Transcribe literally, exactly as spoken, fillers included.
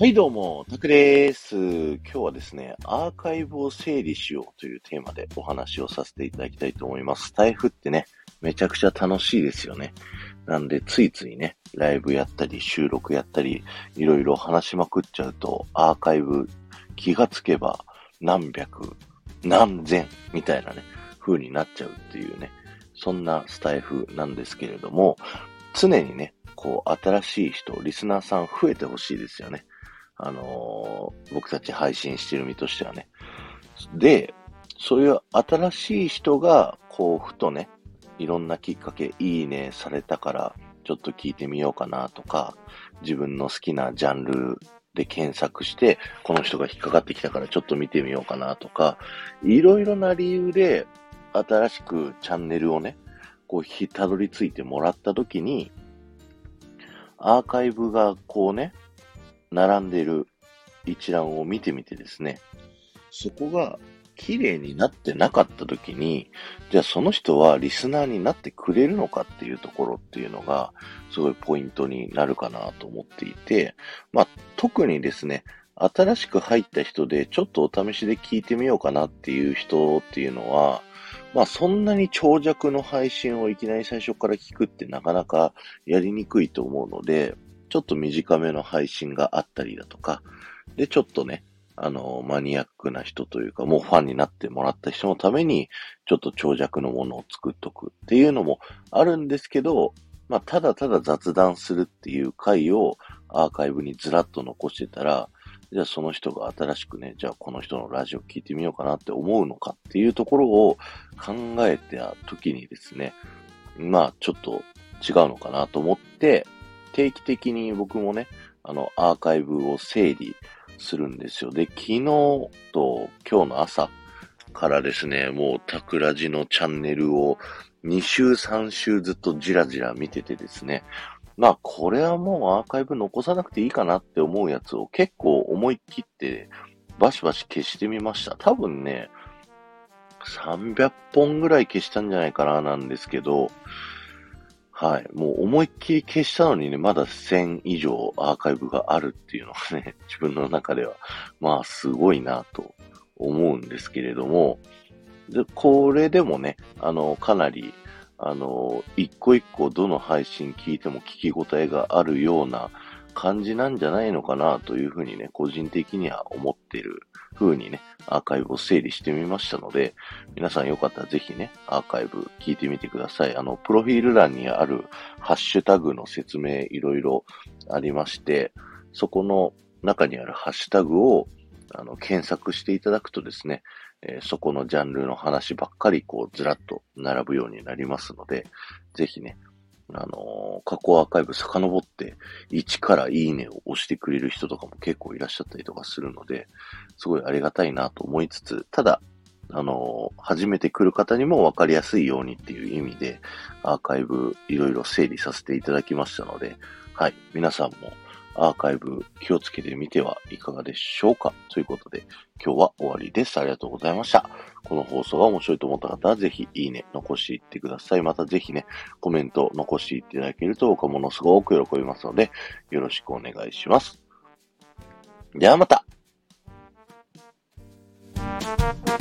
はいどうも、タクです。今日はですね、アーカイブを整理しようというテーマでお話をさせていただきたいと思います。スタイフってね、めちゃくちゃ楽しいですよね。なんで、ついついね、ライブやったり、収録やったり、いろいろ話しまくっちゃうと、アーカイブ気がつけば何百、何千みたいなね、風になっちゃうっていうね、そんなスタイフなんですけれども、常にね、こう、新しい人、リスナーさん増えてほしいですよね。あのー僕たち配信してる身としてはね。で、そういう新しい人が、こう、ふとね、いろんなきっかけ、いいねされたから、ちょっと聞いてみようかなとか、自分の好きなジャンルで検索して、この人が引っかかってきたからちょっと見てみようかなとか、いろいろな理由で、新しくチャンネルをね、こう、ひたどり着いてもらったときに、アーカイブがこうね、並んでいる一覧を見てみてですね、そこが綺麗になってなかった時に、じゃあその人はリスナーになってくれるのかっていうところっていうのが、すごいポイントになるかなと思っていて、まあ特にですね、新しく入った人でちょっとお試しで聞いてみようかなっていう人っていうのは、まあそんなに長尺の配信をいきなり最初から聞くってなかなかやりにくいと思うので、ちょっと短めの配信があったりだとか、で、ちょっとね、あの、マニアックな人というか、もうファンになってもらった人のために、ちょっと長尺のものを作っとくっていうのもあるんですけど、まあ、ただただ雑談するっていう回をアーカイブにずらっと残してたら、じゃあその人が新しくね、じゃあこの人のラジオ聞いてみようかなって思うのかっていうところを考えた時にですね、まあちょっと違うのかなと思って、定期的に僕もね、あの、アーカイブを整理するんですよ。で、昨日と今日の朝からですね、もうタクラジのチャンネルをに週さん週ずっとじらじら見ててですね、まあこれはもうアーカイブ残さなくていいかなって思うやつを結構思い切ってバシバシ消してみました。多分ね、さんびゃっぽんぐらい消したんじゃないかななんですけど、はい。もう思いっきり消したのにね、まだせん以上アーカイブがあるっていうのがね、自分の中では、まあすごいなと思うんですけれども、で、これでもね、あの、かなり、あの、一個一個どの配信聞いても聞き応えがあるような感じなんじゃないのかなというふうにね、個人的には思っている風にね、アーカイブを整理してみましたので、皆さんよかったらぜひね、アーカイブ聞いてみてください。あの、プロフィール欄にあるハッシュタグの説明いろいろありまして、そこの中にあるハッシュタグをあの検索していただくとですね、えーそこのジャンルの話ばっかりこうずらっと並ぶようになりますので、ぜひね、あのー過去アーカイブ遡って、いちからいいねを押してくれる人とかも結構いらっしゃったりとかするので、すごいありがたいなと思いつつ、ただ、あのー初めて来る方にもわかりやすいようにっていう意味で、アーカイブいろいろ整理させていただきましたので、はい、皆さんもアーカイブ気をつけてみてはいかがでしょうかということで、今日は終わりです。ありがとうございました。この放送が面白いと思った方は、ぜひいいね、残していってください。またぜひね、コメント残していっていただけると僕はものすごく喜びますので、よろしくお願いします。ではまた。